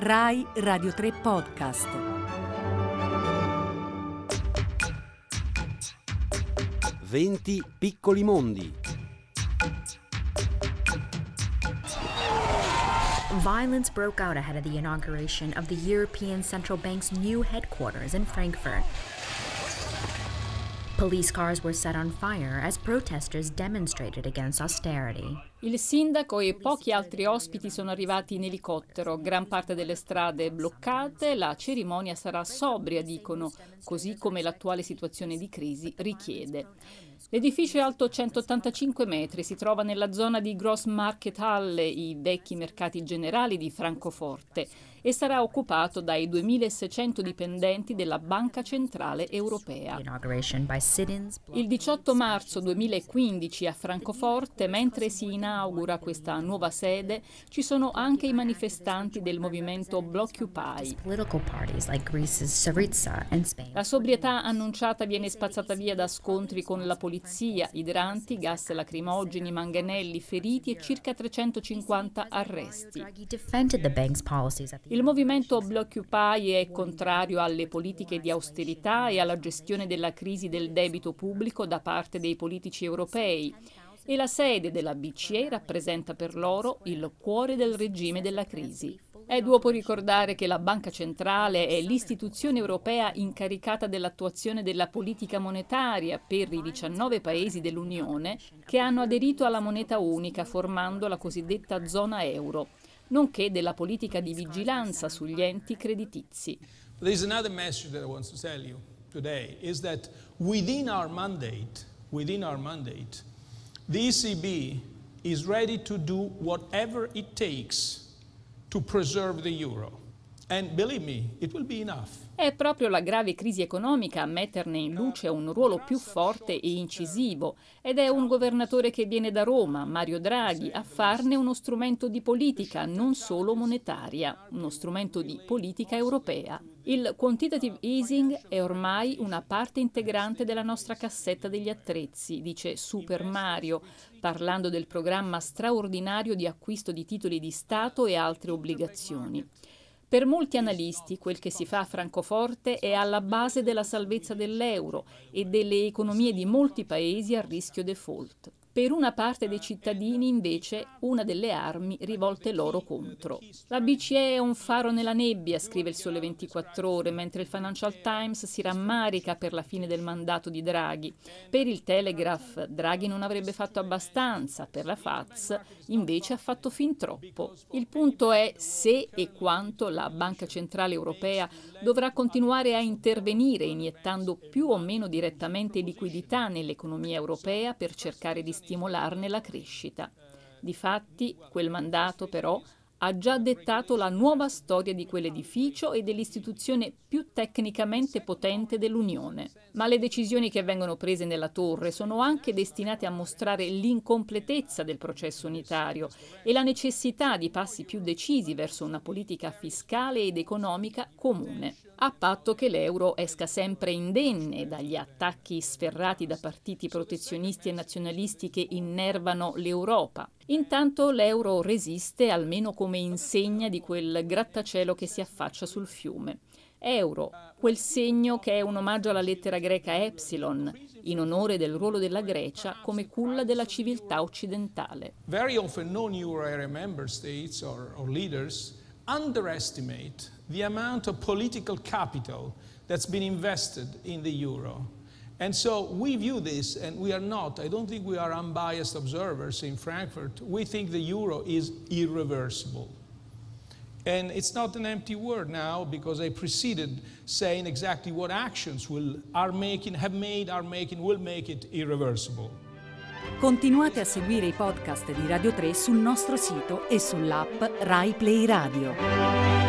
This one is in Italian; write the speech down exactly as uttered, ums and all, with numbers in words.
Rai Radio tre Podcast. venti piccoli mondi. Violence broke out ahead of the inauguration of the European Central Bank's new headquarters in Frankfurt. Police cars were set on fire as protesters demonstrated against austerity. Il sindaco e pochi altri ospiti sono arrivati in elicottero, gran parte delle strade bloccate, la cerimonia sarà sobria, dicono, così come l'attuale situazione di crisi richiede. L'edificio è alto centottantacinque metri, si trova nella zona di Grossmarkthalle, i vecchi mercati generali di Francoforte, e sarà occupato dai duemilaseicento dipendenti della Banca Centrale Europea. Il diciotto marzo duemilaquindici a Francoforte, mentre si inaugura questa nuova sede, ci sono anche i manifestanti del movimento Blockupy. La sobrietà annunciata viene spazzata via da scontri con la polizia, idranti, gas lacrimogeni, manganelli, feriti e circa trecentocinquanta arresti. Il movimento Blockupy è contrario alle politiche di austerità e alla gestione della crisi del debito pubblico da parte dei politici europei, e la sede della B C E rappresenta per loro il cuore del regime della crisi. È dopo ricordare che la Banca Centrale è l'istituzione europea incaricata dell'attuazione della politica monetaria per i diciannove paesi dell'Unione che hanno aderito alla moneta unica formando la cosiddetta zona euro, nonché della politica di vigilanza sugli enti creditizi. There is another message that I want to tell you today is that within our mandate, within our mandate, the E C B is ready to do whatever it takes to preserve the euro. And believe me, it will be enough. È proprio la grave crisi economica a metterne in luce un ruolo più forte e incisivo, ed è un governatore che viene da Roma, Mario Draghi, a farne uno strumento di politica, non solo monetaria, uno strumento di politica europea. Il quantitative easing è ormai una parte integrante della nostra cassetta degli attrezzi, dice Super Mario, parlando del programma straordinario di acquisto di titoli di Stato e altre obbligazioni. Per molti analisti quel che si fa a Francoforte è alla base della salvezza dell'euro e delle economie di molti paesi a rischio default. Per una parte dei cittadini, invece, una delle armi rivolte loro contro. La B C E è un faro nella nebbia, scrive il Sole ventiquattro Ore, mentre il Financial Times si rammarica per la fine del mandato di Draghi. Per il Telegraph, Draghi non avrebbe fatto abbastanza, per la Faz, invece ha fatto fin troppo. Il punto è se e quanto la Banca Centrale Europea dovrà continuare a intervenire iniettando più o meno direttamente liquidità nell'economia europea per cercare di stimolarne la crescita. Difatti, quel mandato però ha già dettato la nuova storia di quell'edificio e dell'istituzione più tecnicamente potente dell'Unione. Ma le decisioni che vengono prese nella torre sono anche destinate a mostrare l'incompletezza del processo unitario e la necessità di passi più decisi verso una politica fiscale ed economica comune, a patto che l'euro esca sempre indenne dagli attacchi sferrati da partiti protezionisti e nazionalisti che innervano l'Europa. Intanto l'euro resiste almeno come insegna di quel grattacielo che si affaccia sul fiume. Euro, quel segno che è un omaggio alla lettera greca Epsilon, in onore del ruolo della Grecia come culla della civiltà occidentale. Very often non-euro area member states or, or leaders underestimate the amount of political capital that's been invested in the euro. And so we view this, and we are not, I don't think we are unbiased observers in Frankfurt. We think the euro is irreversible. And it's not an empty word now, because I preceded saying exactly what actions will, are making, have made, are making, will make it irreversible. Continuate a seguire i podcast di Radio tre sul nostro sito e sull'app Rai Play Radio.